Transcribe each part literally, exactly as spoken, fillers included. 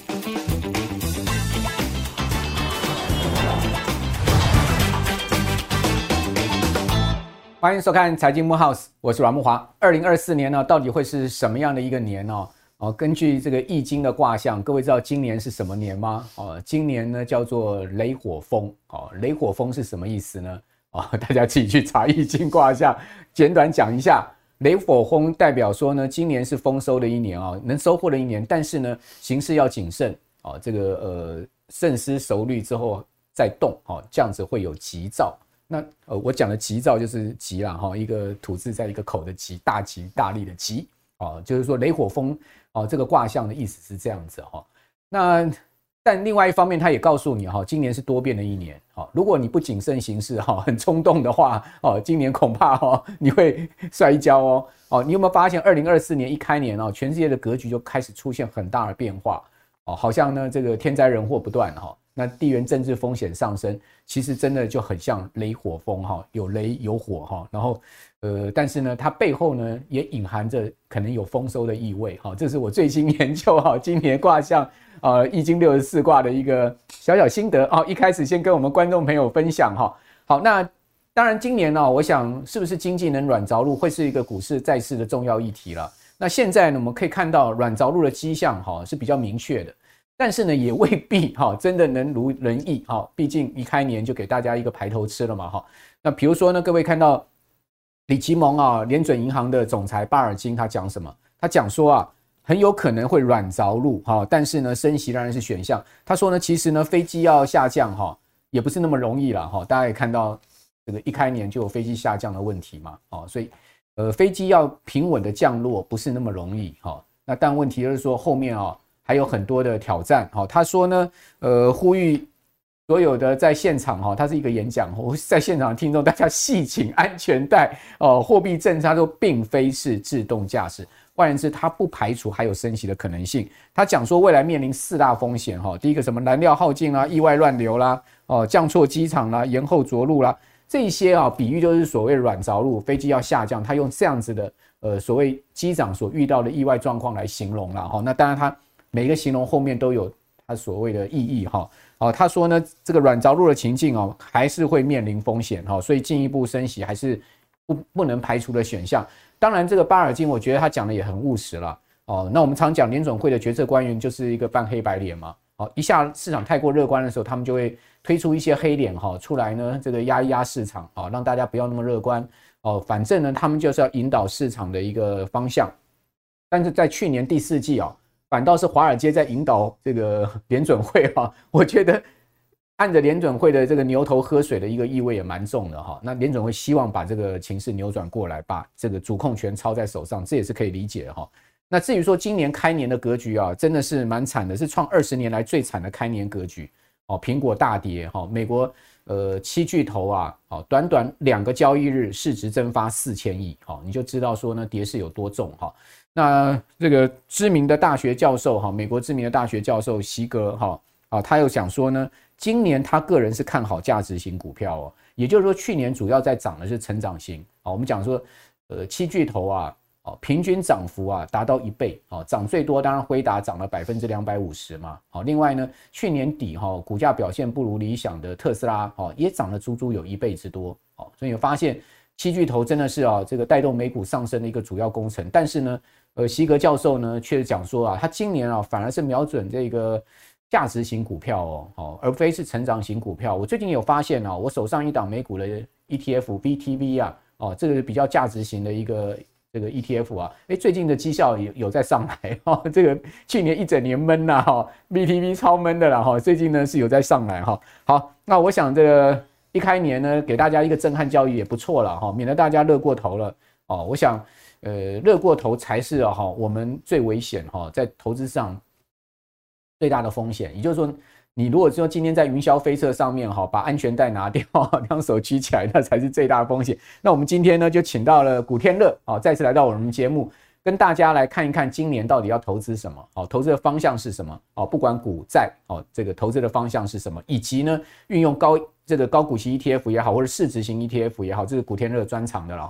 欢迎收看财经木 house， 我是阮木华。二零二四年呢，到底会是什么样的一个年呢？哦，根据这个易经的卦象，各位知道今年是什么年吗？哦，今年呢叫做雷火风。哦，雷火风是什么意思呢？哦，大家自己去查易经卦象，简短讲一下。雷火风代表说呢，今年是丰收的一年啊，能收获的一年，但是呢，行事要谨慎哦。这个呃，深思熟虑之后再动哦，这样子会有吉兆。那呃，我讲的吉兆就是吉啦哈，一个土字在一个口的吉，大吉大利的吉哦，就是说雷火风哦，这个卦象的意思是这样子哈。那但另外一方面，他也告诉你哈，今年是多变的一年哈，如果你不谨慎行事哈，很冲动的话哦，今年恐怕哈你会摔一跤哦哦。你有没有发现，二零二四年一开年哦，全世界的格局就开始出现很大的变化哦，好像呢这个天灾人祸不断哈。那地缘政治风险上升，其实真的就很像雷火风哈，有雷有火哈，然后呃，但是呢，它背后呢也隐含着可能有丰收的意味哈。这是我最新研究哈，今年卦象呃易经六十四卦的一个小小心得啊。一开始先跟我们观众朋友分享哈。好，那当然今年呢，我想是不是经济能软着陆，会是一个股市再次的重要议题了。那现在呢，我们可以看到软着陆的迹象哈是比较明确的。但是呢，也未必哈真的能如人意哈，毕竟一开年就给大家一个排头吃了嘛哈。那比如说呢，各位看到李奇蒙啊，联准银行的总裁巴尔金他讲什么？他讲说啊，很有可能会软着陆哈，但是呢，升息仍然是选项。他说呢，其实呢，飞机要下降哈，也不是那么容易了哈。大家也看到这个一开年就有飞机下降的问题嘛，哦，所以呃，飞机要平稳的降落不是那么容易哈。那但问题就是说后面啊。还有很多的挑战，他说呢，呃，呼吁所有的在现场哈，他是一个演讲，在现场的听众大家系紧安全带哦。货币政策都并非是自动驾驶，换言之，他不排除还有升息的可能性。他讲说未来面临四大风险哈，第一个什么燃料耗尽啦、意外乱流啦、哦降错机场啦、延后着陆啦，这些啊比喻就是所谓软着陆，飞机要下降，他用这样子的呃所谓机长所遇到的意外状况来形容啦哈。那当然他。每个形容后面都有他所谓的意义哈。哦，他说呢，这个软着陆的情境哦，还是会面临风险哈，所以进一步升息还是不不能排除的选项。当然，这个巴尔金我觉得他讲的也很务实了哦。那我们常讲联准会的决策官员就是一个扮黑白脸嘛。哦，一下市场太过乐观的时候，他们就会推出一些黑脸哈出来呢，这个压一压市场啊，让大家不要那么乐观哦。反正呢，他们就是要引导市场的一个方向。但是在去年第四季啊。反倒是华尔街在引导这个联准会哈，我觉得按着联准会的这个牛头喝水的一个意味也蛮重的哈。那联准会希望把这个情势扭转过来，把这个主控权操在手上，这也是可以理解的哈。那至于说今年开年的格局啊，真的是蛮惨的，是创二十年来最惨的开年格局哦。苹果大跌哈，美国呃七巨头啊，哦短短两个交易日市值蒸发四千亿，好你就知道说呢跌势有多重哈。那这个知名的大学教授哈，美国知名的大学教授席格哈啊，他又想说呢，今年他个人是看好价值型股票哦，也就是说去年主要在涨的是成长型啊。我们讲说，呃，七巨头啊，哦，平均涨幅啊达到一倍哦，涨最多当然辉达涨了百分之两百五十嘛。好，另外呢，去年底哈股价表现不如理想的特斯拉哦，也涨了足足有一倍之多哦，所以有发现七巨头真的是啊这个带动美股上升的一个主要工程，但是呢。呃，席格教授呢，却讲说啊，他今年啊，反而是瞄准这个价值型股票哦，哦，而非是成长型股票。我最近有发现啊，我手上一档美股的 E T F V T V 啊，哦，这个比较价值型的一个这个 E T F 啊，哎，最近的绩效有有在上来哈、哦，这个去年一整年闷呐哈 ，V T V 超闷的啦哈、哦，最近呢是有在上来哈、哦。好，那我想这个一开年呢，给大家一个震撼教育也不错了哈、哦，免得大家热过头了哦。我想。呃，热过头才是啊哈，我们最危险哈，在投资上最大的风险。也就是说，你如果说今天在云霄飞车上面哈，把安全带拿掉，两手举起来，那才是最大的风险。那我们今天呢，就请到了古天乐啊，再次来到我们节目，跟大家来看一看今年到底要投资什么，哦，投资的方向是什么，哦，不管股债，哦，这个投资的方向是什么，以及呢，运用高这个高股息 E T F 也好，或者市值型 E T F 也好，这是古天乐专长的了哈。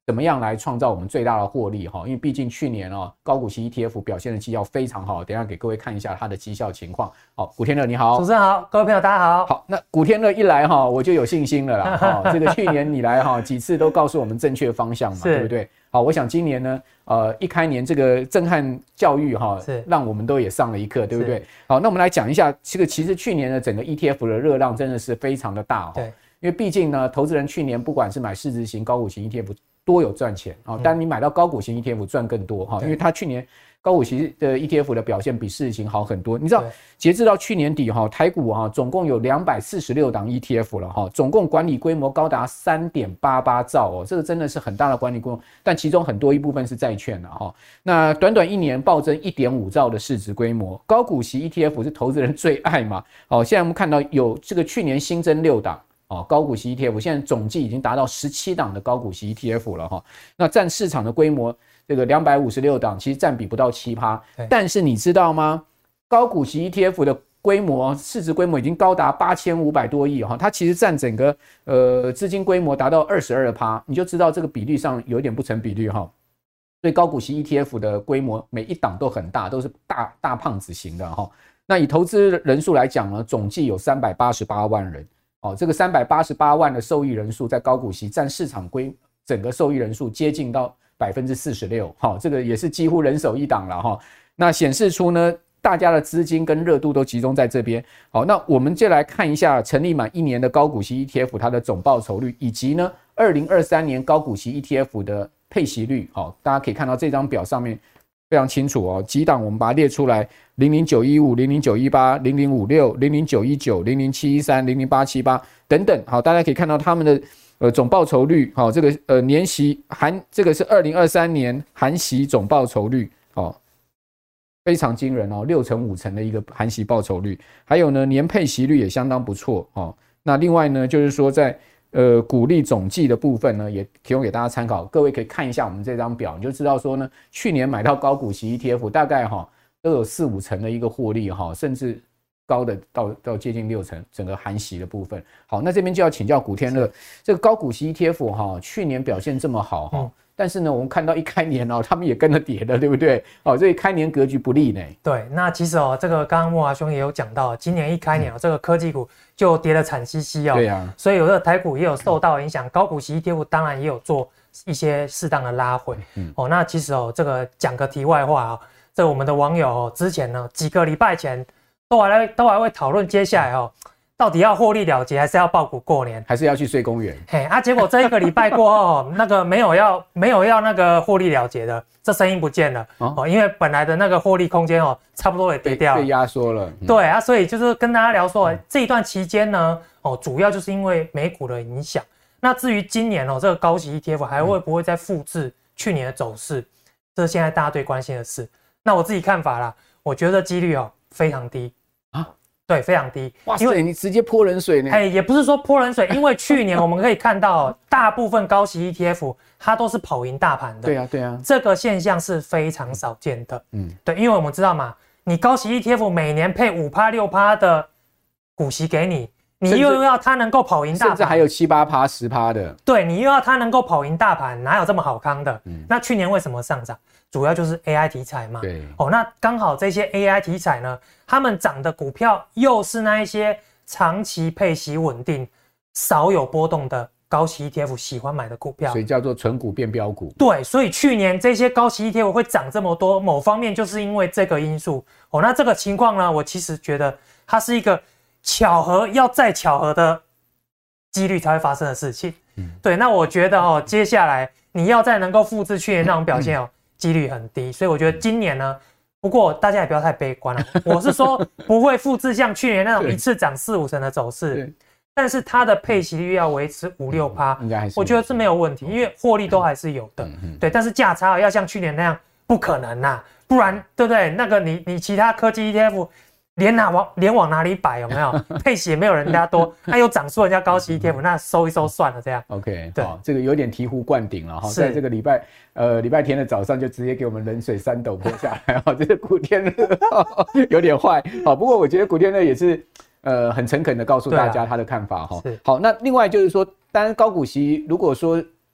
怎么样来创造我们最大的获利哈？因为毕竟去年哦，高股息 E T F 表现的绩效非常好，等一下给各位看一下它的绩效情况。好，古天乐你好， 主持人好，各位朋友大家好。 好，那古天乐一来哈，我就有信心了啦。哈，这个去年你来哈几次都告诉我们正确方向嘛，对不对？好，我想今年呢，呃，一开年这个震撼教育哈，让我们都也上了一课，对不对？好，那我们来讲一下这个，其实去年的整个 E T F 的热浪真的是非常的大哈。对。因为毕竟呢，投资人去年不管是买市值型、高股型 E T F， 多有赚钱啊。但你买到高股型 E T F 赚更多哈，因为它去年高股息的 E T F 的表现比市值型好很多。你知道，截至到去年底哈，台股哈总共有两百四十六档 E T F 了哈，总共管理规模高达 三点八八兆哦，这个真的是很大的管理规模。但其中很多一部分是债券了哈。那短短一年暴增 一点五兆的市值规模，高股息 E T F 是投资人最爱嘛。好，现在我们看到有这个去年新增六档。哦，高股息 E T F 现在总计已经达到十七档的高股息 E T F 了哈，那占市场的规模这个两百五十六档，其实占比不到 百分之七， 但是你知道吗？高股息 E T F 的规模市值规模已经高达八千五百多亿哈，它其实占整个呃资金规模达到 百分之二十二， 你就知道这个比例上有点不成比例哈。所以高股息 E T F 的规模每一档都很大，都是大大胖子型的哈。那以投资人数来讲呢，总计有三百八十八万人。哦，这个三百八十八万的受益人数，在高股息占市场规整个受益人数接近到 百分之四十六， 哈，这个也是几乎人手一档了哈。那显示出呢，大家的资金跟热度都集中在这边。好，那我们就来看一下成立满一年的高股息 E T F 它的总报酬率，以及呢二零二三年高股息 E T F 的配息率。好，大家可以看到这张表上面非常清楚哦，几档我们把它列出来。零零九一五、零零九一八、零零五六、零零九一九、零零七一三、零零八七八等等，好，大家可以看到他们的呃总报酬率，好，这个呃年息含这个是二零二三年含息总报酬率，好，非常惊人哦，六成五成的一个含息报酬率，还有呢年配息率也相当不错哦。那另外呢，就是说在呃股利总计的部分呢，也提供给大家参考，各位可以看一下我们这张表，你就知道说呢，去年买到高股息 E T F 大概哈。都有四五成的一个获利哈，甚至高的到到接近六成，整个含息的部分。好，那这边就要请教古天乐，这个高股息 E T F 哈，去年表现这么好哈、嗯，但是呢，我们看到一开年哦，他们也跟着跌的，对不对？哦，所以开年格局不利呢。对，那其实哦，这个刚刚慕骅兄也有讲到，今年一开年哦，嗯、这个科技股就跌得惨兮兮哦。对啊，所以有的台股也有受到影响，高股息 E T F 当然也有做一些适当的拉回。嗯，哦，那其实哦，这个讲个题外话啊、哦。这我们的网友哦，之前呢几个礼拜前都还来都还会讨论接下来哦，到底要获利了结，还是要抱股过年，还是要去睡公园？嘿啊，结果这一个礼拜过后，那个没有要没有要那个获利了结的，这声音不见了哦，哦因为本来的那个获利空间哦，差不多也跌掉了，被压缩了。嗯、对啊，所以就是跟大家聊说，这一段期间呢，哦，主要就是因为美股的影响。那至于今年哦，这个高息 E T F 还会不会再复制去年的走势？这是现在大家最关心的事。那我自己看法啦，我觉得几率哦非常低啊，对，非常低。哇塞，因为你直接泼冷水呢？哎，也不是说泼冷水，因为去年我们可以看到、哦，大部分高息 E T F 它都是跑赢大盘的。对啊，对啊，这个现象是非常少见的。嗯，对，因为我们知道嘛，你高息 E T F 每年配 百分之五、百分之六 的股息给你，你又要它能够跑赢大盘，甚至还有七八趴、十趴的。对，你又要它能够跑赢大盘，哪有这么好康的？嗯，那去年为什么上涨？主要就是 A I 题材嘛。对。哦，那刚好这些 A I 题材呢，他们涨的股票又是那一些长期配息稳定、少有波动的高息 E T F 喜欢买的股票，所以叫做纯股变标股。对，所以去年这些高息 E T F 会涨这么多，某方面就是因为这个因素。哦，那这个情况呢，我其实觉得它是一个巧合，要再巧合的几率才会发生的事情。嗯，对。那我觉得哦，接下来你要再能够复制去年那种表现哦，几率很低。所以我觉得今年呢，不过大家也不要太悲观了。我是说不会复制像去年那种一次涨四五成的走势。但是它的配息率要维持五六趴，应该还是我觉得是没有问题，因为获利都还是有的，嗯、对。但是价差要像去年那样不可能呐、啊，不然对不对？那个你你其他科技 E T F 连哪往连往哪里摆有没有？配息也没有人家多，它有涨出人家高息 E T F， 那收一收算了这样。OK， 对，这个有点醍醐灌顶了哈，在这个礼拜呃礼拜天的早上就直接给我们冷水三斗泼下来哈，这个古天乐有点坏，好，不过我觉得古天乐也是。呃，很诚恳的告诉大家他的看法哈、啊。好，那另外就是说，当然高股息如果说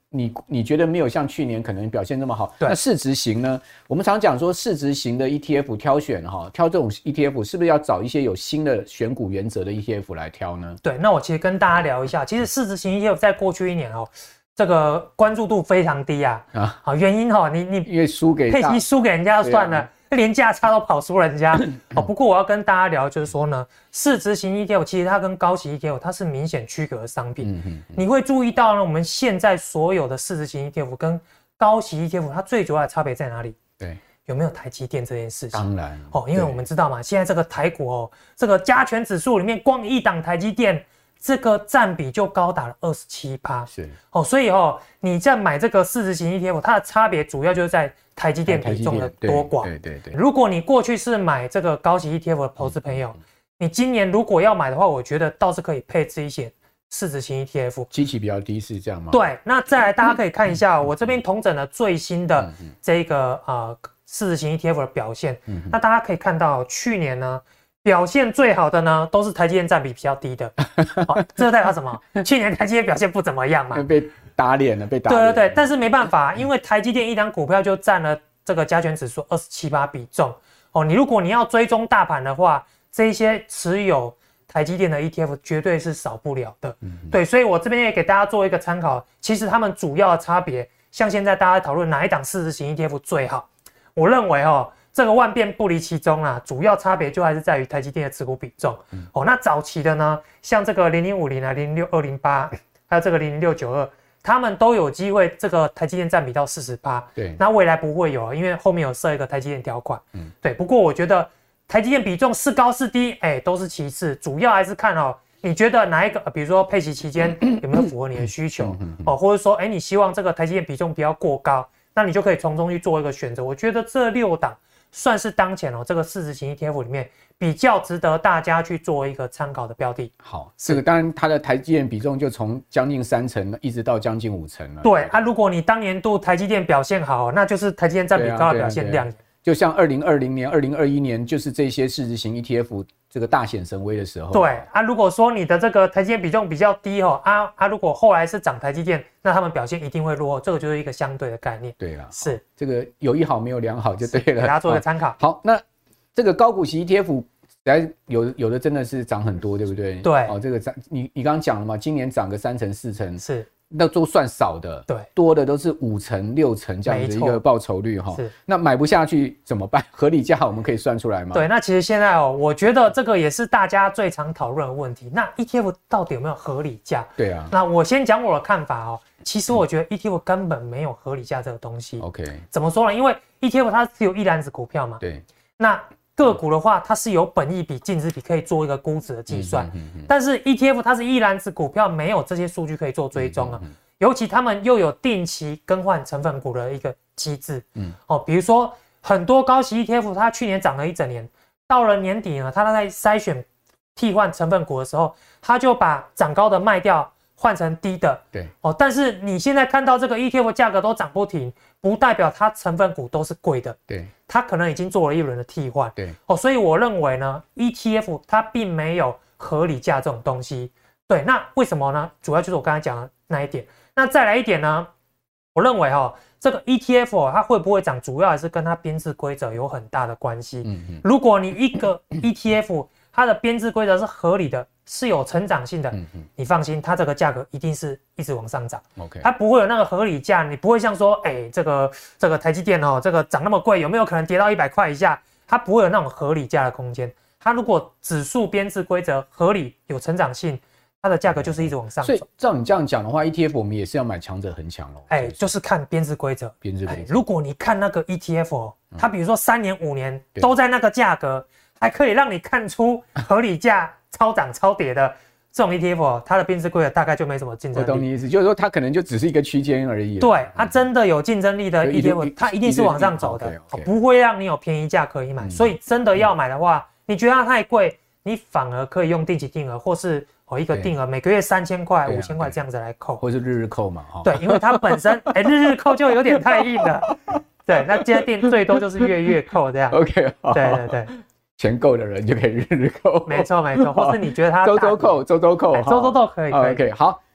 你你觉得没有像去年可能表现那么好， 对， 那市值型呢？我们常讲说市值型的 E T F 挑选哈，挑这种 E T F 是不是要找一些有新的选股原则的 E T F 来挑呢？ 对，那我其实跟大家聊一下，其实市值型 E T F 在过去一年哦，这个关注度非常低啊，啊，好原因哦，你你因为输给配息输给人家就算了。连价差都跑输人家哦。不过我要跟大家聊，就是说呢，市值型 E T F 其实它跟高息 E T F 它是明显区隔的商品。嗯嗯嗯你会注意到呢，我们现在所有的市值型 E T F 跟高息 E T F 它最主要的差别在哪里？ 对， 有没有台积电这件事情？ 当然哦，因为我们知道嘛，现在这个台股哦，这个加权指数里面光一档台积电。这个占比就高达了 百分之二十七， 是哦，所以哦，你在买这个市值型 E T F， 它的差别主要就是在台积电比重的多寡。 对对 对, 对。 如果你过去是买这个高息 E T F 的投资朋友，嗯嗯、你今年如果要买的话，我觉得倒是可以配置一些市值型 E T F。 基期比较低是这样吗？ 对，那再来大家可以看一下、哦，我这边统整了最新的这个呃市值型 E T F 的表现。嗯、那大家可以看到，去年呢。表现最好的呢，都是台积电占比比较低的，哦、这代表什么？去年台积电表现不怎么样嘛， 被打脸了，被打脸了。 对对对，但是没办法，因为台积电一档股票就占了这个加权指数 百分之二十七 比重哦。你如果你要追踪大盘的话，这一些持有台积电的 E T F 绝对是少不了的。嗯、对，所以我这边也给大家做一个参考，其实他们主要的差别，像现在大家讨论哪一档市值型 E T F 最好，我认为哦。这个万变不离其宗啊，主要差别就还是在于台积电的持股比重。嗯、哦，那早期的呢，像这个零零五零啊、零零六二零八，还有这个零零六九二，他们都有机会这个台积电占比到 百分之四十。对，那未来不会有，因为后面有设一个台积电条款。嗯，对。不过我觉得台积电比重是高是低，哎，都是其次，主要还是看哦，你觉得哪一个，比如说配息期间有没有符合你的需求，哦，或者说，哎，你希望这个台积电比重不要过高，那你就可以从中去做一个选择。我觉得这六档。算是当前哦，这个市值型 E T F 里面比较值得大家去做一个参考的标的。 好，这个当然它的台积电比重就从将近三成一直到将近五成了。 对啊，如果你当年度台积电表现好，那就是台积电占比高的表现亮眼。 就像二零二零年、二零二一年，就是这些市值型 E T F 这个大显神威的时候。 对啊，如果说你的这个台积电比重比较低哦，啊啊，如果后来是涨台积电，那他们表现一定会落后，这个就是一个相对的概念。 对啦， 是这个有一好没有两好就对了， 给大家做一个参考。 好，那这个高股息 E T F， 有有的真的是涨很多，对不对？ 对， 哦，这个涨你你刚刚讲了嘛，今年涨个三成四成是。 那都算少的， 对， 多的都是五成六成这样子一个报酬率哈。那买不下去怎么办？合理价我们可以算出来吗？ 对，那其实现在哦，我觉得这个也是大家最常讨论的问题。那 E T F 到底有没有合理价？ 对啊。 那我先讲我的看法哦。其实我觉得 E T F 根本没有合理价这个东西。 OK。 怎么说呢？因为 E T F 它是有一篮子股票嘛。 对。 那个股的话，它是有本益比、净值比可以做一个估值的计算。嗯嗯嗯嗯、但是 E T F 它是一篮子股票，没有这些数据可以做追踪啊。嗯嗯嗯尤其他们又有定期更换成分股的一个机制，嗯，哦，比如说很多高息 E T F， 它去年涨了一整年，到了年底呢，它在筛选替换成分股的时候，它就把涨高的卖掉，换成低的， 对， 哦，但是你现在看到这个 E T F 价格都涨不停，不代表它成分股都是贵的， 对， 它可能已经做了一轮的替换， 对， 哦，所以我认为呢 ，E T F 它并没有合理价这种东西，对，那为什么呢？主要就是我刚才讲的那一点。那再来一点呢？我认为哈、哦，这个 E T F、哦、它会不会涨，主要还是跟它编制规则有很大的关系。嗯嗯，如果你一个 E T F 它的编制规则是合理的，是有成长性的，嗯嗯，你放心，它这个价格一定是一直往上涨。 OK， 它不会有那个合理价，你不会像说，哎、欸，这个这个台积电哦，这个涨那么贵，有没有可能跌到一百块以下？它不会有那种合理价的空间。它如果指数编制规则合理，有成长性。它的价格就是一直往上走， 所以照你这样讲的话 ，E T F 我们也是要买强者恒强咯。 哎，就是看编制规则。 编制规则、哎。 如果你看那个 E T F 哦，它比如说三年、五年都在那个价格，还可以让你看出合理价超涨超跌的这种 E T F 哦，它的编制规则大概就没什么竞争力。 我懂你意思，就是说它可能就只是一个区间而已。 对，它真的有竞争力的 E T F， 它一定是往上走的， okay, okay. 不会让你有便宜价可以买。嗯、所以真的要买的话，你觉得它太贵，你反而可以用定期定额或是。哦，一个定额每个月三千块、五千块这样子来扣， 或是日日扣嘛，哈。 对，因为它本身哎、欸、日日扣就有点太硬了。对，那现在定最多就是月月扣这样。 OK， 好。 对对对， 钱够的人就可以日日扣。 没错没错，或是你觉得它周周扣、周周扣、 周周都可以。 OK， 好。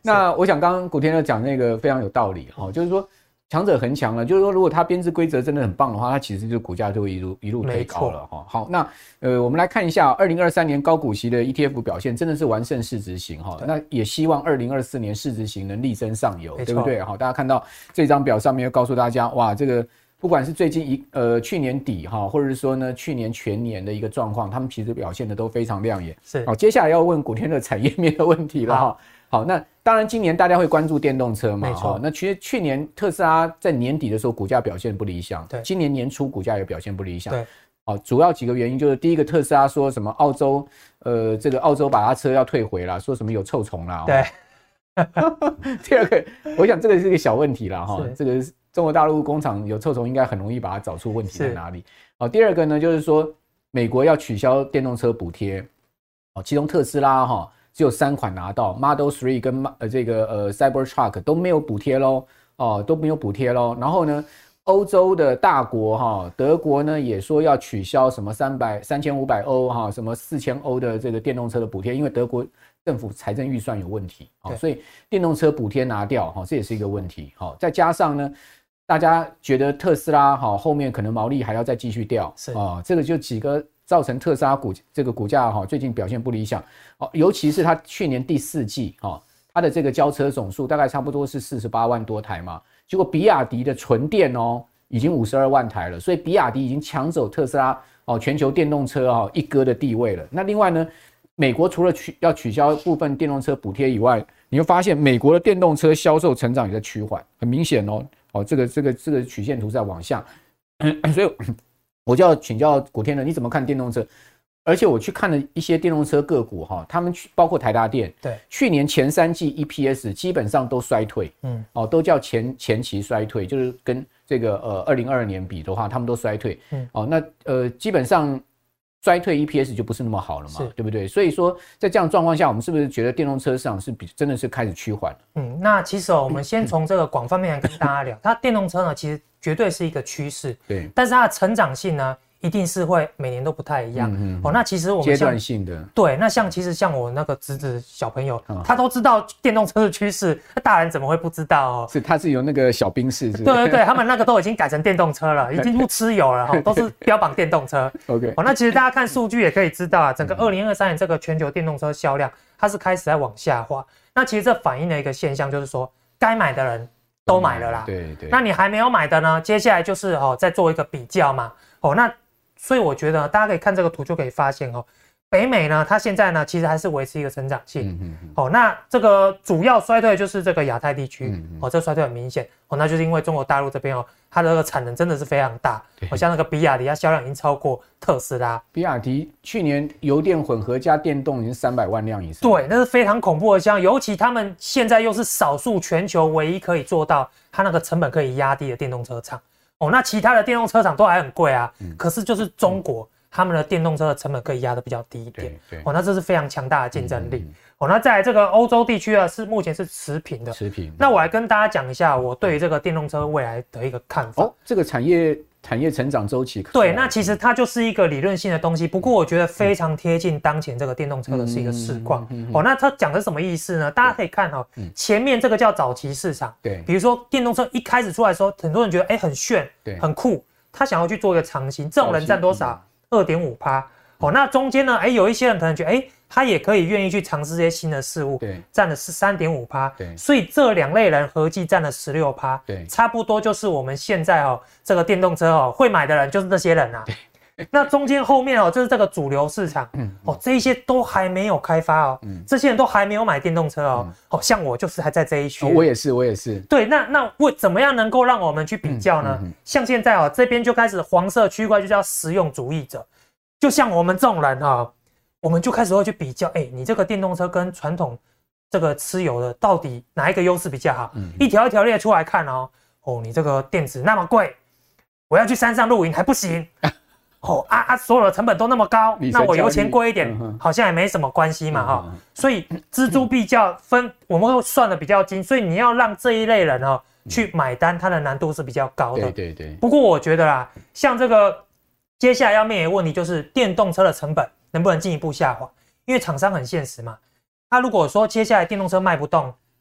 那我想刚刚古天乐讲那个非常有道理哈、哦，就是说强者恒强了，就是说如果它编制规则真的很棒的话，它其实就股价就会一路一路推高了哈、哦。好，那呃我们来看一下二零二三年高股息的 E T F 表现，真的是完胜市值型哈、哦。那也希望二零二四年市值型能力争上游，对不对？好，大家看到这张表上面又告诉大家，哇，这个。不管是最近一呃去年底哈，或者是说呢去年全年的一个状况，他们其实表现的都非常亮眼。 是， 好，接下来要问古天乐产业面的问题了哈。好，那当然今年大家会关注电动车嘛， 没错。 那其实去年特斯拉在年底的时候股价表现不理想， 对， 今年年初股价也表现不理想， 对。 好，主要几个原因就是第一个，特斯拉说什么澳洲呃这个澳洲把它车要退回了，说什么有臭虫啦。 对。 第二个，我想这个是一个小问题啦哈，这个中国大陆工厂有臭虫，应该很容易把它找出问题在哪里。好，第二个呢，就是说美国要取消电动车补贴，哦，其中特斯拉哈只有三款拿到 ，Model 三跟呃这个呃 Cybertruck 都没有补贴喽，哦都没有补贴喽。然后呢，欧洲的大国哈，德国呢也说要取消什么三百三千五百欧哈，什么四千欧的这个电动车的补贴，因为德国政府财政预算有问题，所以电动车补贴拿掉，这也是一个问题。再加上呢，大家觉得特斯拉后面可能毛利还要再继续掉，这个就几个造成特斯拉股这个股价最近表现不理想，尤其是它去年第四季它的这个交车总数大概差不多是四十八万多台嘛，结果比亚迪的纯电哦已经五十二万台了，所以比亚迪已经抢走特斯拉全球电动车一哥的地位了。那另外呢？美国除了取要取消部分电动车补贴以外，你会发现美国的电动车销售成长也在趋缓，很明显哦。哦，这个这个这个曲线图在往下，所以我就要请教古天乐，你怎么看电动车？而且我去看了一些电动车个股哈，他们包括台达电， 对，去年前三季 E P S 基本上都衰退，嗯，哦，都叫前前期衰退，就是跟这个呃二零二二年比的话，他们都衰退，嗯，哦，那呃基本上。衰退 E P S 就不是那么好了嘛，对不对？所以说，在这样的状况下，我们是不是觉得电动车市场是比真的是开始趋缓了？ 嗯，那其实哦，我们先从这个广方面来跟大家聊，它电动车呢，其实绝对是一个趋势， 对， 但是它的成长性呢，一定是会每年都不太一样。嗯嗯哦，那其实我们阶段性的， 对，那像其实像我那个侄子小朋友，嗯、他都知道电动车的趋势，那大人怎么会不知道哦？ 是，他是有那个小宾士，对对对，他们那个都已经改成电动车了，已经不吃油了哈，都是标榜电动车。 OK， 哦，那其实大家看数据也可以知道啊，整个二零二三年这个全球电动车销量，它是开始在往下滑。那其实这反映了一个现象，就是说该买的人都买了啦。 对对。 那你还没有买的呢？接下来就是哦，再做一个比较嘛。哦，那。所以我觉得大家可以看这个图就可以发现哦，北美呢，它现在呢其实还是维持一个成长性。嗯嗯嗯哦，那这个主要衰退就是这个亚太地区。嗯嗯哦，这衰退很明显。哦，那就是因为中国大陆这边哦，它的这个产能真的是非常大。好、哦、像那个比亚迪，它销量已经超过特斯拉。 比亚迪去年油电混合加电动已经三百万辆以上。 对，那是非常恐怖的销量，尤其他们现在又是少数全球唯一可以做到它那个成本可以压低的电动车厂。哦，那其他的电动车厂都还很贵啊，嗯、可是就是中国、嗯、他们的电动车的成本可以压得比较低一点，对对哦，那这是非常强大的竞争力。嗯嗯、哦，那在这个欧洲地区啊，是目前是持平的， 持平。 那我来跟大家讲一下我对于这个电动车未来的一个看法。 哦，这个产业产业成长周期。 对，那其实它就是一个理论性的东西，不过我觉得非常贴近当前这个电动车的是一个市况。嗯嗯嗯、哦，那它讲的是什么意思呢？大家可以看哦，嗯、前面这个叫早期市场，对，比如说电动车一开始出来的时候，很多人觉得哎、欸、很炫，对，很酷。他想要去做一个长型，这种人占多少？二点五趴。哦，那中间呢？哎，有一些人可能觉得，哎，他也可以愿意去尝试这些新的事物，对，占的是三点五趴。对，所以这两类人合计占了十六趴。对，差不多就是我们现在哦，这个电动车哦，会买的人就是这些人啊。那中间后面哦，就是这个主流市场，嗯，哦，这一些都还没有开发哦，嗯，这些人都还没有买电动车哦，嗯、哦，像我就是还在这一区、 哦，我也是，我也是， 对，那那为怎么样能够让我们去比较呢？嗯嗯嗯、像现在哦，这边就开始黄色区块就叫实用主义者，就像我们这种人哦，我们就开始会去比较，哎，你这个电动车跟传统这个吃油的到底哪一个优势比较好？嗯嗯、一条一条列出来看哦，哦，你这个电池那么贵，我要去山上露营还不行。哦啊啊！所有的成本都那么高，那我油钱贵一点，嗯、好像也没什么关系嘛哈、嗯。所以锱铢必较分，我们会算的比较精，所以你要让这一类人哦去买单，它的难度是比较高的。 对对对。 不过我觉得啦，像这个接下来要面临的问题就是电动车的成本能不能进一步下滑，因为厂商很现实嘛。他如果说接下来电动车卖不动，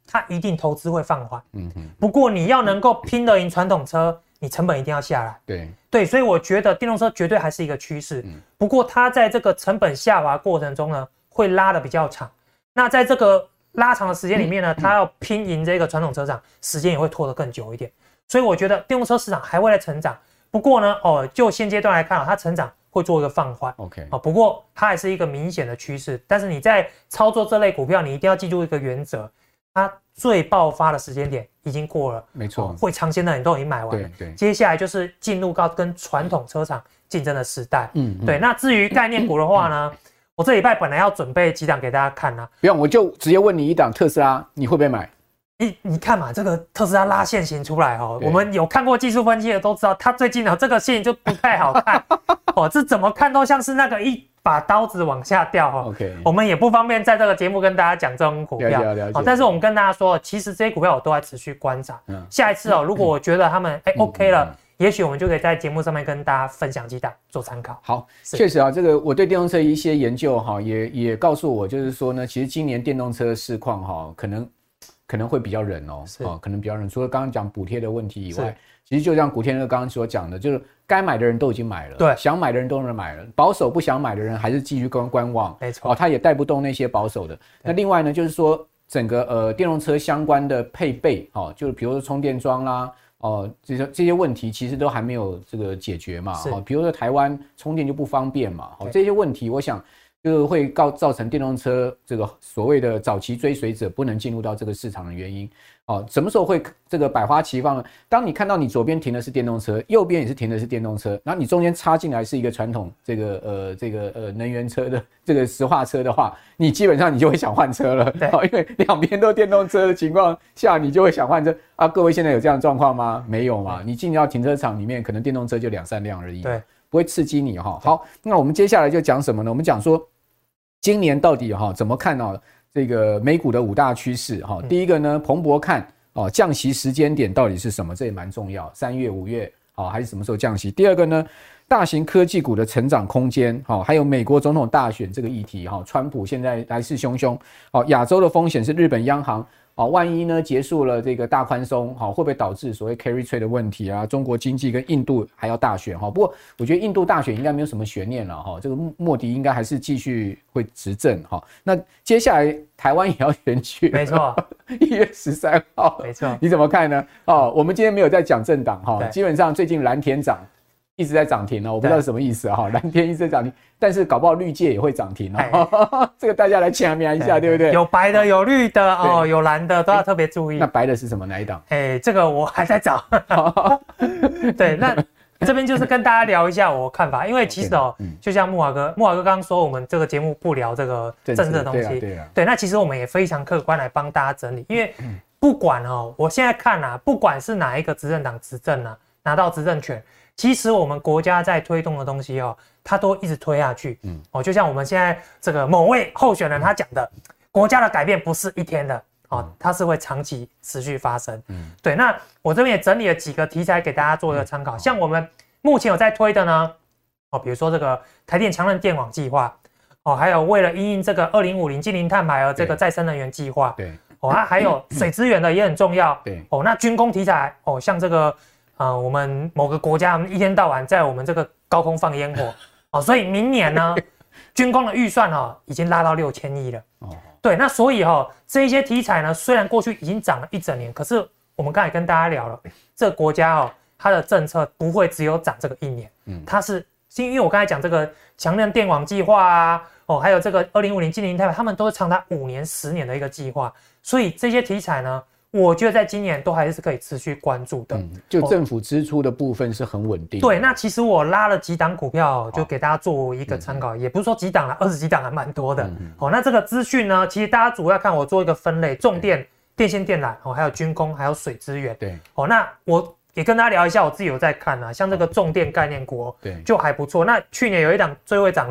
它一定投资会放缓。嗯哼。不过你要能够拼得赢传统车，你成本一定要下来。 对对，所以我觉得电动车绝对还是一个趋势。嗯。不过它在这个成本下滑过程中呢，会拉得比较长。那在这个拉长的时间里面呢，它要拼赢这个传统车厂，时间也会拖得更久一点。所以我觉得电动车市场还会来成长。不过呢，哦，就现阶段来看啊，它成长会做一个放缓。 OK。 哦，不过它还是一个明显的趋势。但是你在操作这类股票，你一定要记住一个原则。它最爆发的时间点已经过了， 没错、 哦，会尝鲜的你都已经买完了。 对对， 接下来就是进入到跟传统车厂竞争的时代。 嗯，嗯对。那至于概念股的话呢，我这礼拜本来要准备几档给大家看呢、啊， 不用，我就直接问你一档特斯拉，你会不会买？ 你你看嘛，这个特斯拉拉线型出来哦，我们有看过技术分析的都知道，它最近的这个线型就不太好看哦，这怎么看都像是那个一把刀子往下掉哦。 OK， 我们也不方便在这个节目跟大家讲这种股票， 了解了解、 哦。但是我们跟大家说，其实这些股票我都在持续观察。嗯、下一次哦，如果我觉得他们哎、嗯、OK 了。嗯嗯也许我们就可以在节目上面跟大家分享几档做参考。 好，确实啊，这个我对电动车一些研究哈，也也告诉我，就是说呢，其实今年电动车市况哈，可能可能会比较冷哦，哦，可能比较冷。除了刚刚讲补贴的问题以外，其实就像古天乐刚刚所讲的，就是该买的人都已经买了， 对， 想买的人都能买了，保守不想买的人还是继续观观望， 没错， 哦，他也带不动那些保守的。那另外呢，就是说整个呃电动车相关的配备，哦，就是比如说充电桩啦。哦，这些这些问题其实都还没有这个解决嘛，哦，比如说台湾充电就不方便嘛，哦，这些问题我想就会告造成电动车这个所谓的早期追随者不能进入到这个市场的原因。哦，什么时候会这个百花齐放呢？当你看到你左边停的是电动车，右边也是停的是电动车，然后你中间插进来是一个传统这个呃这个呃能源车的这个石化车的话，你基本上你就会想换车了，哦，因为两边都电动车的情况下，你就会想换车啊。各位现在有这样的状况吗？没有嘛？你进到停车场里面，可能电动车就两三辆而已，对，不会刺激你哈。好，那我们接下来就讲什么呢？我们讲说今年到底哈怎么看呢？这个美股的五大趋势哈，第一个呢，彭博看哦降息时间点到底是什么，这也蛮重要，三月、五月哦还是什么时候降息？第二个呢，大型科技股的成长空间，好，还有美国总统大选这个议题哈，川普现在来势汹汹，好，亚洲的风险是日本央行。好，万一呢结束了这个大宽松，好，会不会导致所谓 carry trade 的问题啊？中国经济跟印度还要大选哈，不过我觉得印度大选应该没有什么悬念了哈，这个莫迪应该还是继续会执政哈。那接下来台湾也要选举， 没错， 一月十三号， 没错， 你怎么看呢？哦，我们今天没有在讲政党哈，基本上最近蓝田涨。一直在涨停哦，我不知道是什么意思哈。蓝天一直在涨停，但是搞不好绿界也会涨停哦。这个大家来掐瞄一下， 对, 对不对？ 有白的，有绿的哦，有蓝的，都要特别注意。 那白的是什么？哪一档？ 哎，这个我还在找。对，那这边就是跟大家聊一下我看法，因为其实哦， okay, 嗯、就像木华哥，木华哥刚刚说，我们这个节目不聊这个政治的东西， 对啊对啊。 对，那其实我们也非常客观来帮大家整理，因为不管哦，我现在看啊，不管是哪一个执政党执政啊，拿到执政权。其实我们国家在推动的东西哦，它都一直推下去。嗯，哦，就像我们现在这个某位候选人他讲的，国家的改变不是一天的哦，它是会长期持续发生。嗯，对。那我这边也整理了几个题材给大家做一个参考，嗯、像我们目前有在推的呢，哦，比如说这个台电强韧电网计划，哦，还有为了因应这个二零五零净零碳排而这个再生能源计划， 对， 哦，啊，还有水资源的也很重要。 对， 哦，那军工题材，哦，像这个。呃，我们某个国家一天到晚在我们这个高空放烟火，哦，所以明年呢，军工的预算哦已经拉到六千亿了。哦，对，那所以哈、哦，这一些题材呢，虽然过去已经涨了一整年，可是我们刚才跟大家聊了，这个国家哦，它的政策不会只有涨这个一年，嗯，它是因为我刚才讲这个强韧电网计划啊，哦，还有这个二零五零净零碳排，他们都是长达五年、十年的一个计划，所以这些题材呢。我觉得在今年都还是可以持续关注的，嗯， 就政府支出的部分是很稳定的。 对，那其实我拉了几档股票，就给大家做一个参考，嗯、也不是说几档啦，二十几档还蛮多的。嗯、哦，那这个资讯呢，其实大家主要看我做一个分类，重电、电线电缆，哦，还有军工，还有水资源。 对， 哦，那我也跟大家聊一下，我自己有在看啊，像这个重电概念股，对，就还不错。那去年有一档最会涨的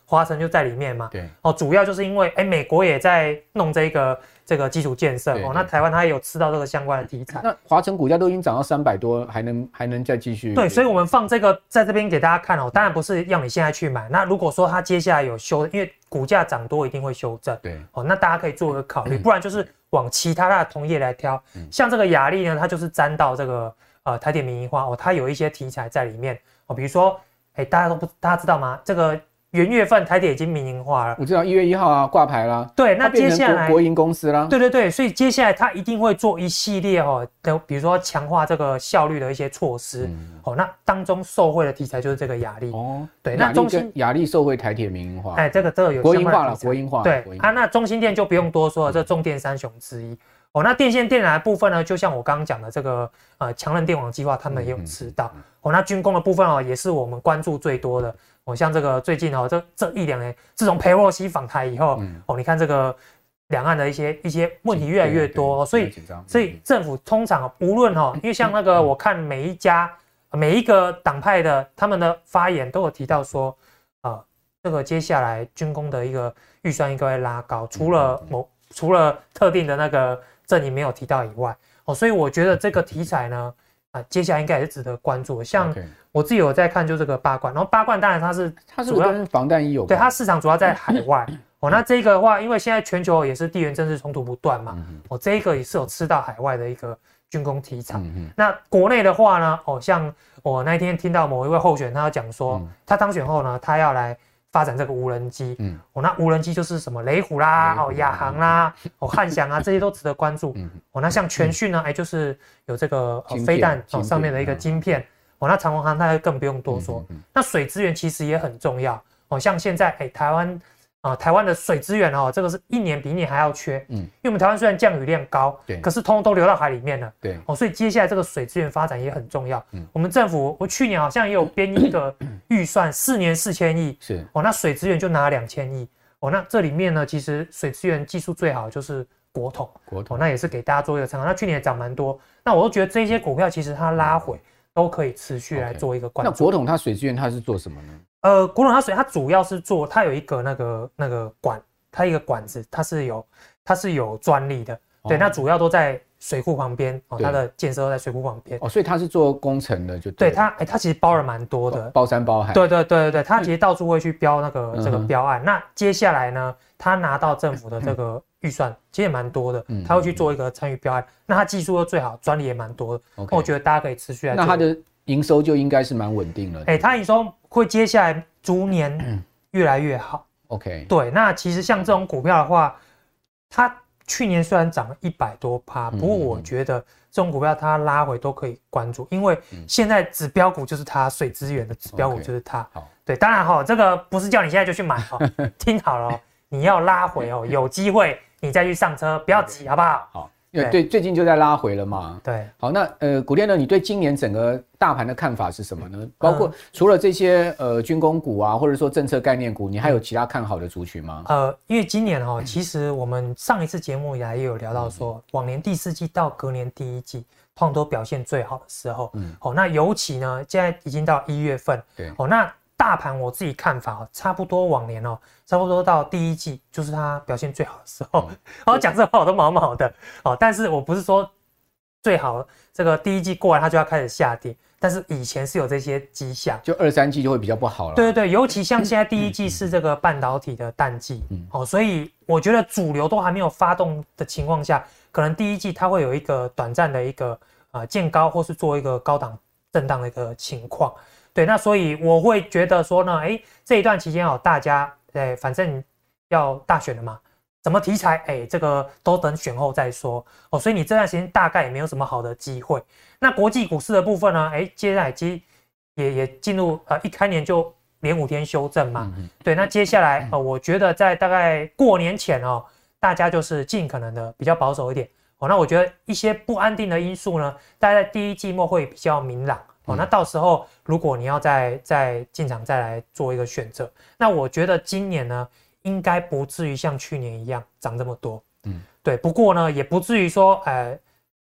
华晨就在里面嘛。 对， 哦，主要就是因为哎，美国也在弄这个这个基础建设哦，那台湾它也有吃到这个相关的题材。 那华晨股价都已经涨到三百多，还能还能再继续？ 对，所以我们放这个在这边给大家看哦，当然不是要你现在去买。那如果说它接下来有修，因为股价涨多一定会修正， 对， 哦，那大家可以做个考虑，不然就是往其他的同业来挑。嗯、像这个亚力呢，它就是沾到这个呃台铁民营化哦，它有一些题材在里面哦，比如说。哎，大家都不，大家知道吗？这个元月份台铁已经民营化了。 我知道一月一号啊，挂牌啦。 对，那接下来国, 国营公司啦。 对对对，所以接下来它一定会做一系列哦的，比如说强化这个效率的一些措施。嗯、哦，那当中受惠的题材就是这个亚力。哦，对，那中心亚力受惠台铁民营化。 哎，这个这个有国营化了，国营化。 对啊，那中心电就不用多说了，这重电三雄之一。哦，那电线电缆的部分呢，就像我刚刚讲的这个呃强韧电网计划，他们也有吃到。嗯嗯、哦，那军工的部分哦，也是我们关注最多的。哦，像这个最近哦，这这一两年，自从裴洛西访台以后，嗯、哦，你看这个两岸的一些一些问题越来越多，哦、所以所以政府通常无论哈、哦，因为像那个我看每一家每一个党派的他们的发言都有提到说，呃，这个接下来军工的一个预算应该会拉高，除了某除了特定的那个阵营没有提到以外，哦，所以我觉得这个题材呢。啊，接下来应该也是值得关注的。像我自己有在看，就这个八冠，然后八冠当然它是它是跟防弹衣有关， 对，它市场主要在海外。哦，那这个的话，因为现在全球也是地缘政治冲突不断嘛，嗯、哦，这一个也是有吃到海外的一个军工题材。嗯、那国内的话呢，哦，像我那一天听到某一位候选人他要讲说，嗯、他当选后呢，他要来发展这个无人机。嗯，哦，那无人机就是什么雷虎啦，虎哦，亚航啦，哦，汉翔啊，这些都值得关注。嗯、哦，那像全讯呢，哎、嗯，就是有这个、呃、飞弹哦上面的一个晶片。哦，那长荣航太更不用多说。嗯嗯、那水资源其实也很重要。哦，像现在哎，台湾啊、呃，台湾的水资源哦，这个是一年比一年还要缺。嗯，因为我们台湾虽然降雨量高，对，可是通通都流到海里面了。对，哦，所以接下来这个水资源发展也很重要。嗯，我们政府我去年好像也有编一个预算，四年四千亿。是，哦，那水资源就拿两千亿。哦，那这里面呢，其实水资源技术最好就是国统。国统，哦，那也是给大家做一个参考。那去年也涨蛮多，那我都觉得这些股票其实它拉回。都可以持续来做一个关注。 那国统它水资源它是做什么呢？ 呃，国统它水它主要是做，它有一个那个那个管，它一个管子，它是有它是有专利的，哦、对，那主要都在水库旁边哦，它的建设都在水库旁边哦，所以它是做工程的，就对它，哎、欸，它其实包了蛮多的， 包山包海， 对对对对对，它其实到处会去标那个、嗯、这个标案。那接下来呢，它拿到政府的这个预算，其实也蛮多的，他会去做一个参与标案。那它技术又最好，专利也蛮多的，那、okay, 我觉得大家可以持续来做。 那它的营收就应该是蛮稳定了。 哎、欸，它营收会接下来逐年越来越好。 OK， 对，那其实像这种股票的话，它去年虽然涨了一百多趴，不过我觉得这种股票它拉回都可以关注，因为现在指标股就是它，水资源的指标股就是它。好，对，当然哈，这个不是叫你现在就去买哈，听好了哦，你要拉回哦，有机会你再去上车，不要急，好不好？ 好。对, 对，最近就在拉回了嘛。 对， 好，那呃，古天乐，你对今年整个大盘的看法是什么呢？包括除了这些呃军工股啊，或者说政策概念股，你还有其他看好的族群吗？ 呃，因为今年哦，其实我们上一次节目以来也有聊到说，往年第四季到隔年第一季，通常都表现最好的时候。嗯，哦，那尤其呢，现在已经到一月份，对，哦，那大盘我自己看法哦，差不多往年哦，差不多到第一季就是它表现最好的时候。嗯、然后讲这话我都毛毛的哦，但是我不是说最好这个第一季过来它就要开始下跌，但是以前是有这些迹象， 就二三季就会比较不好了。 对对对，尤其像现在第一季是这个半导体的淡季，嗯，哦，所以我觉得主流都还没有发动的情况下，可能第一季它会有一个短暂的一个呃见高或是做一个高档震荡的一个情况。对，那所以我会觉得说呢，哎，这一段期间哦，大家，哎，反正要大选了嘛，什么题材，哎，这个都等选后再说哦。所以你这段时间大概也没有什么好的机会。那国际股市的部分呢，哎，接下来其也也进入呃一开年就连五天修正嘛。嗯、对，那接下来呃，我觉得在大概过年前哦，大家就是尽可能的比较保守一点哦。那我觉得一些不安定的因素呢，大概在第一季末会比较明朗。哦，那到时候如果你要再再进场再来做一个选择，那我觉得今年呢，应该不至于像去年一样涨这么多，嗯，对。不过呢，也不至于说，呃，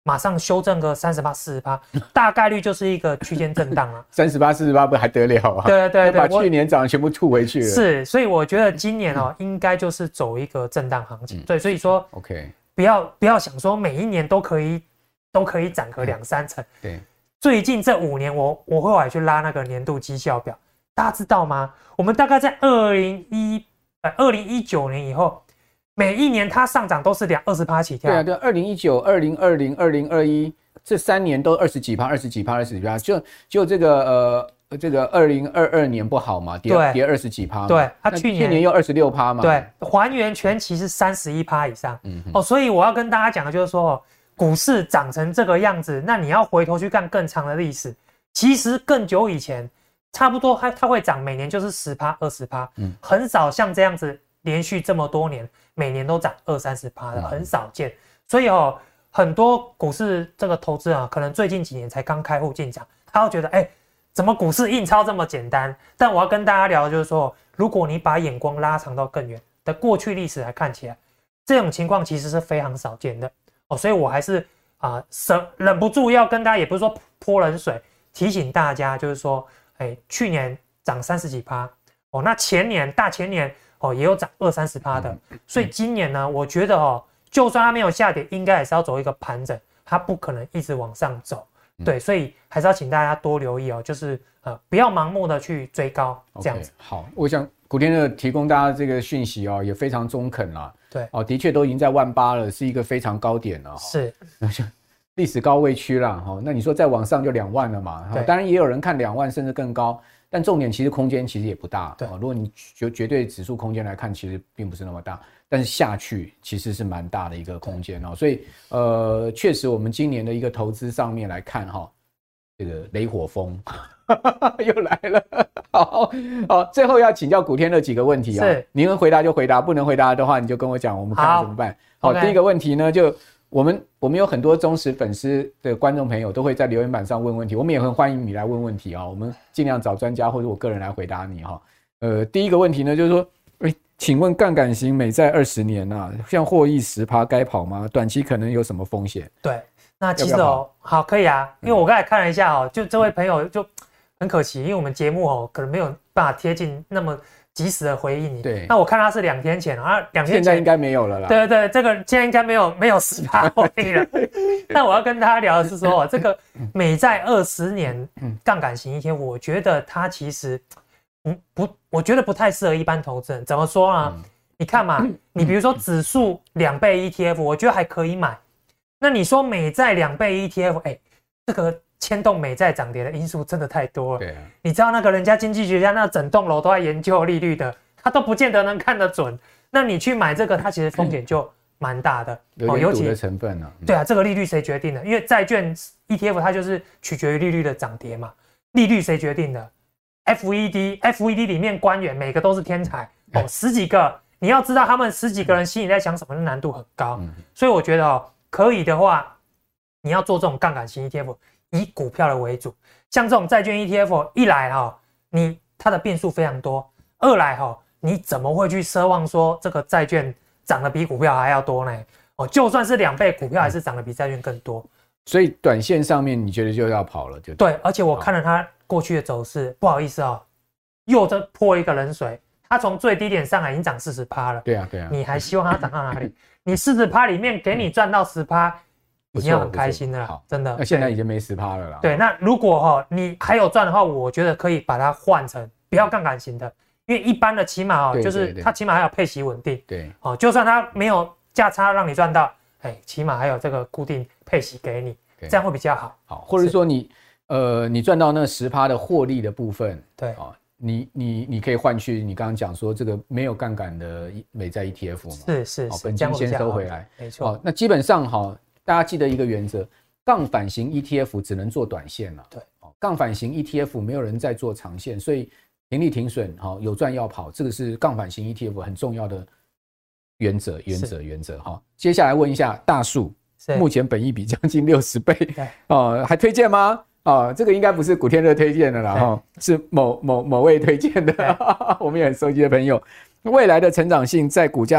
马上修正个三十趴、四十趴，大概率就是一个区间震荡啊。 三十八、四十八不还得了啊？ 对对对， 把去年涨的全部吐回去了。 是，所以我觉得今年哦，应该就是走一个震荡行情。对，所以说 ，OK， 不要不要想说每一年都可以都可以涨个两三成。 对， 最近这五年我我后来去拉那个年度绩效表，大家知道吗？我们大概在二零一呃二零一九年以后。每一年它上涨都是两二十趴起跳。 对啊，对，二零一九、二零二零、二零二一这三年都二十几趴、二十几趴、二十几趴，就就这个呃这个二零二二年不好嘛，跌跌二十几趴嘛。 对，它去年去年又二十六趴嘛。 对，还原全期是三十一趴以上。嗯哦，所以我要跟大家讲的就是说，股市涨成这个样子，那你要回头去看更长的历史，其实更久以前，差不多它它会涨，每年就是十趴、二十趴，嗯，很少像这样子。连续这么多年，每年都涨二三十趴的，很少见。所以哦，很多股市这个投资啊，可能最近几年才刚开户进场，他会觉得，哎、欸，怎么股市印钞这么简单？但我要跟大家聊的就是说，如果你把眼光拉长到更远的过去历史来看起来，这种情况其实是非常少见的哦。所以我还是啊，忍、呃、忍不住要跟大家，也不是说泼冷水，提醒大家，就是说，哎、欸，去年涨三十几趴哦，那前年大前年。哦，也有涨二三十趴的，所以今年呢，我觉得哦，就算它没有下跌，应该也是要走一个盘整，它不可能一直往上走，对，所以还是要请大家多留意哦，就是呃，不要盲目的去追高这样子。 Okay, 好，我想古天乐提供大家这个讯息哦，也非常中肯啦。 对， 哦，的确都已经在万八了，是一个非常高点了。 是， 历史高位区啦。哈，那你说再往上就两万了嘛？当然也有人看两万甚至更高。但重点其实空间其实也不大，对、哦。如果你绝绝对指数空间来看，其实并不是那么大，但是下去其实是蛮大的一个空间哦。所以呃，确实我们今年的一个投资上面来看哈、哦，这个雷火风又来了。好，好，最后要请教古天乐几个问题啊、哦，你能回答就回答，不能回答的话你就跟我讲，我们看看怎么办。好， 好 okay. 第一个问题呢就。我们我们有很多忠实粉丝的观众朋友都会在留言板上问问题，我们也很欢迎你来问问题啊、哦，我们尽量找专家或者我个人来回答你哈、哦。呃，第一个问题呢就是说，哎，请问杠杆型美债二十年啊，像获益 百分之十 该跑吗？短期可能有什么风险？ 对，那其实哦，要要好可以啊，因为我刚才看了一下哦，就这位朋友就很可惜，因为我们节目哦可能没有办法贴近那么。及时的回应你，对，那我看他是两天前啊，两天前现在应该没有了啦。 对对对，这个现在应该没有没有十趴回应了。但我要跟大家聊的是说，这个美债二十年杠杆型 E T F， 我觉得它其实不不，我觉得不太适合一般投资人。怎么说呢？嗯、你看嘛，你比如说指数两倍 E T F， 我觉得还可以买。那你说美债两倍 E T F， 哎、欸，这个。牵动美债涨跌的因素真的太多了。对啊，你知道那个人家经济学家那整栋楼都在研究利率的，他都不见得能看得准。那你去买这个，它其实风险就蛮大的。 有点赌的成分啊。 对啊，这个利率谁决定的？因为债券 E T F 它就是取决于利率的涨跌嘛。利率谁决定的 ？F E D，F E D 里面官员每个都是天才哦，十几个，你要知道他们十几个人心里在想什么，难度很高。嗯、所以我觉得哦，可以的话，你要做这种杠杆型 E T F。以股票的为主，像这种债券 E T F 一来哈、哦，你它的变数非常多；二来哈、哦，你怎么会去奢望说这个债券涨得比股票还要多呢？哦，就算是两倍，股票还是涨得比债券更多。 所以短线上面你觉得就要跑了，就对。而且我看了它过去的走势，不好意思哦，又在泼一个冷水。它从最低点上来已经涨 百分之四十 了。 对啊，对啊。 你还希望它涨到哪里？你 百分之四十 里面给你赚到 百分之十。已经很开心了啦，真的。 那现在已经没 百分之十 了啦。 对，那如果哈、哦、你还有赚的话，我觉得可以把它换成不要杠杆型的，因为一般的起码哦，就是它起码还有配息稳定。对，哦，就算它没有价差让你赚到，哎，起码还有这个固定配息给你，这样会比较好。 好，或者说你呃你赚到那 百分之十 的获利的部分， 对， 哦，你你你可以换去你刚刚讲说这个没有杠杆的美债 E T F 嘛？ 是是是， 本金先收回来， 没错。 哦，那基本上哈。大家记得一个原则，杠反型 E T F 只能做短线了。 对， 杠反型 E T F 没有人在做长线，所以停利停损，好，有赚要跑，这个是杠反型 E T F 很重要的原则，原则，原则。哈，接下来问一下大树，目前本益比将近六十倍，哦，还推荐吗？哦，这个应该不是古天乐推荐的啦，哈，是某某某位推荐的，我们也很熟悉的朋友。未来的成长性在股价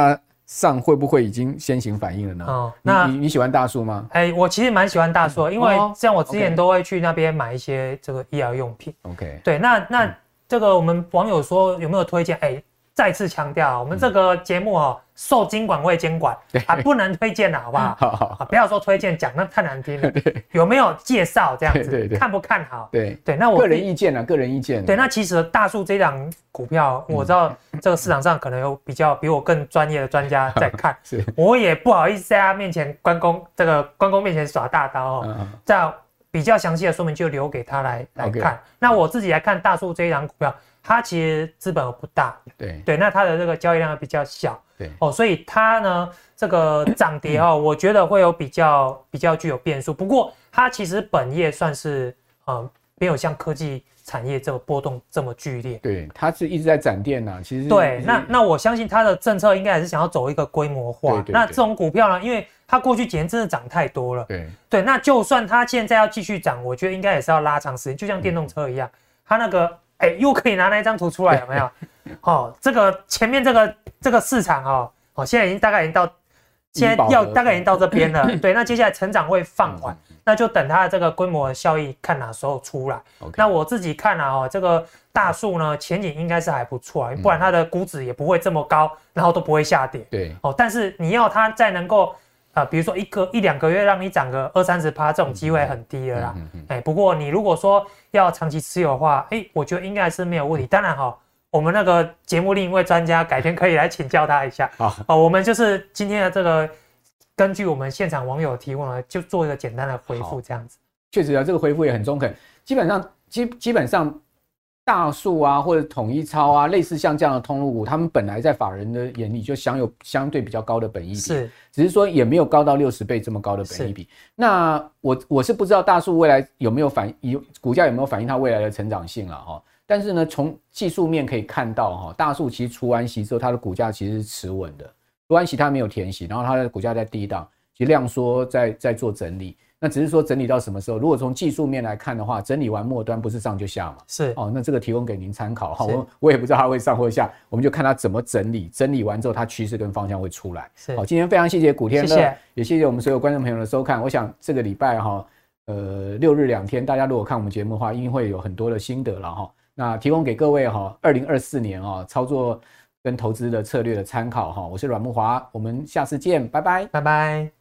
上会不会已经先行反应了呢？哦，那 你, 你, 你喜欢大树吗？ 哎，我其实蛮喜欢大树的，因为像我之前都会去那边买一些这个医疗用品。OK， 对，那那、嗯、这个我们网友说有没有推荐？哎，再次强调，我们这个节目哦，受金管会监管，啊，不能推荐了，好不好？好好好，不要说推荐讲，那太难听了。有没有介绍这样子？对对对，看不看好？对对，那我个人意见啊，个人意见。 对，那其实大树这档股票，我知道这个市场上可能有比较比我更专业的专家在看，是，我也不好意思在他面前关公这个关公面前耍大刀哦。嗯、这样比较详细的说明就留给他来来看。Okay, 那我自己来看大树这一档股票。它其实资本不大，对对，那它的这个交易量比较小，对哦，所以它呢这个涨跌哦，我觉得会有比较比较具有变数。不过它其实本业算是呃没有像科技产业这个波动这么剧烈， 对，它是一直在展店呐、啊，其实对，那那我相信它的政策应该还是想要走一个规模化。对对对，那这种股票呢，因为它过去几年真的涨太多了，对对，那就算它现在要继续涨，我觉得应该也是要拉长时间，就像电动车一样，它那个。哎，又可以拿那一张图出来，有没有？哦，这个前面这个这个市场哦，哦，现在已经大概已经到，现在要大概已经到这边了。对，那接下来成长会放缓，那就等它的这个规模的效益看哪时候出来。Okay. 那我自己看啊，哦，这个大树呢前景应该是还不错啊，不然它的估值也不会这么高，然后都不会下跌。对，哦，但是你要它再能够。啊、呃，比如说一个一两个月让你涨个二三十趴，这种机会很低了啦。哎、嗯嗯欸，不过你如果说要长期持有的话，哎、欸，我觉得应该是没有问题。当然哈，我们那个节目另一位专家改天可以来请教他一下。好，哦，我们就是今天的这个，根据我们现场网友提问呢，就做一个简单的回复，这样子。 确实啊，这个回复也很中肯。基本上基基本上。大树啊，或者统一超啊，类似像这样的通路股，他们本来在法人的眼里就享有相对比较高的本益比，是，只是说也没有高到六十倍这么高的本益比。那我我是不知道大树未来有没有反有股价有没有反映它未来的成长性了哈。但是呢，从技术面可以看到哈，大树其实除完息之后，它的股价其实是持稳的，除完息它没有填息，然后它的股价在低档，其实量缩在在做整理。那只是说整理到什么时候？如果从技术面来看的话，整理完末端不是上就下嘛？是哦，那这个提供给您参考哈。我我也不知道它会上或下，我们就看它怎么整理，整理完之后它趋势跟方向会出来。是好，今天非常谢谢古天乐，谢谢也谢谢我们所有观众朋友的收看。我想这个礼拜哈，呃，六日两天，大家如果看我们节目的话，一定会有很多的心得了哈。那提供给各位哈，二零二四年啊操作跟投资的策略的参考哈。我是阮慕骅，我们下次见，拜拜， 拜拜。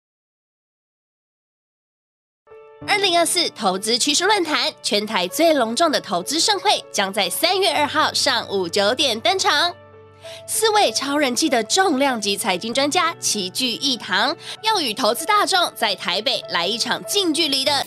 二零二四投资趋势论坛，全台最隆重的投资盛会将在三月二号上午九点登场。四位超人气的重量级财经专家齐聚一堂，要与投资大众在台北来一场近距离的